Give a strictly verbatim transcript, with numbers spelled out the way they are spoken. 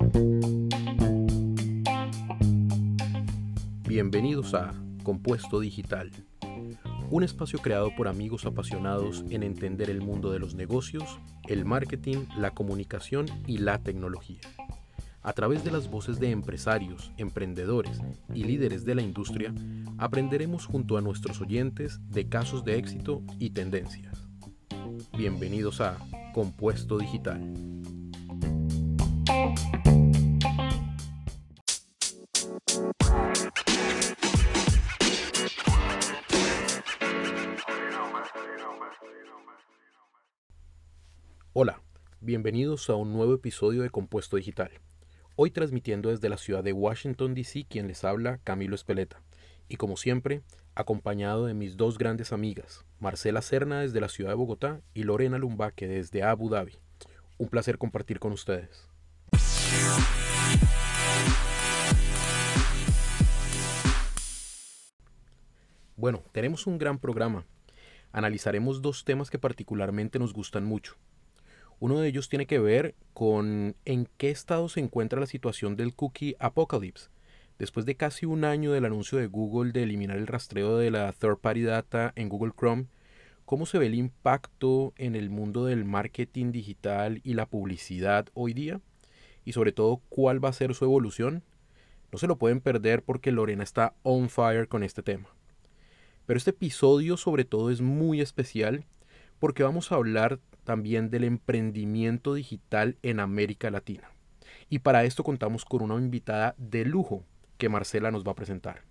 Bienvenidos a Compuesto Digital, un espacio creado por amigos apasionados en entender el mundo de los negocios, el marketing, la comunicación y la tecnología. A través de las voces de empresarios, emprendedores y líderes de la industria, aprenderemos junto a nuestros oyentes de casos de éxito y tendencias. Bienvenidos a Compuesto Digital. Hola, bienvenidos a un nuevo episodio de Compuesto Digital. Hoy transmitiendo desde la ciudad de Washington, D C, quien les habla, Camilo Espeleta. Y como siempre, acompañado de mis dos grandes amigas, Marcela Serna desde la ciudad de Bogotá y Lorena Lumbaque desde Abu Dhabi. Un placer compartir con ustedes. Bueno, tenemos un gran programa. Analizaremos dos temas que particularmente nos gustan mucho. Uno de ellos tiene que ver con en qué estado se encuentra la situación del Cookie Apocalypse. Después de casi un año del anuncio de Google de eliminar el rastreo de la third party data en Google Chrome, ¿cómo se ve el impacto en el mundo del marketing digital y la publicidad hoy día? Y sobre todo, ¿cuál va a ser su evolución? No se lo pueden perder porque Lorena está on fire con este tema. Pero este episodio sobre todo es muy especial porque vamos a hablar también del emprendimiento digital en América Latina. Y para esto contamos con una invitada de lujo que Marcela nos va a presentar.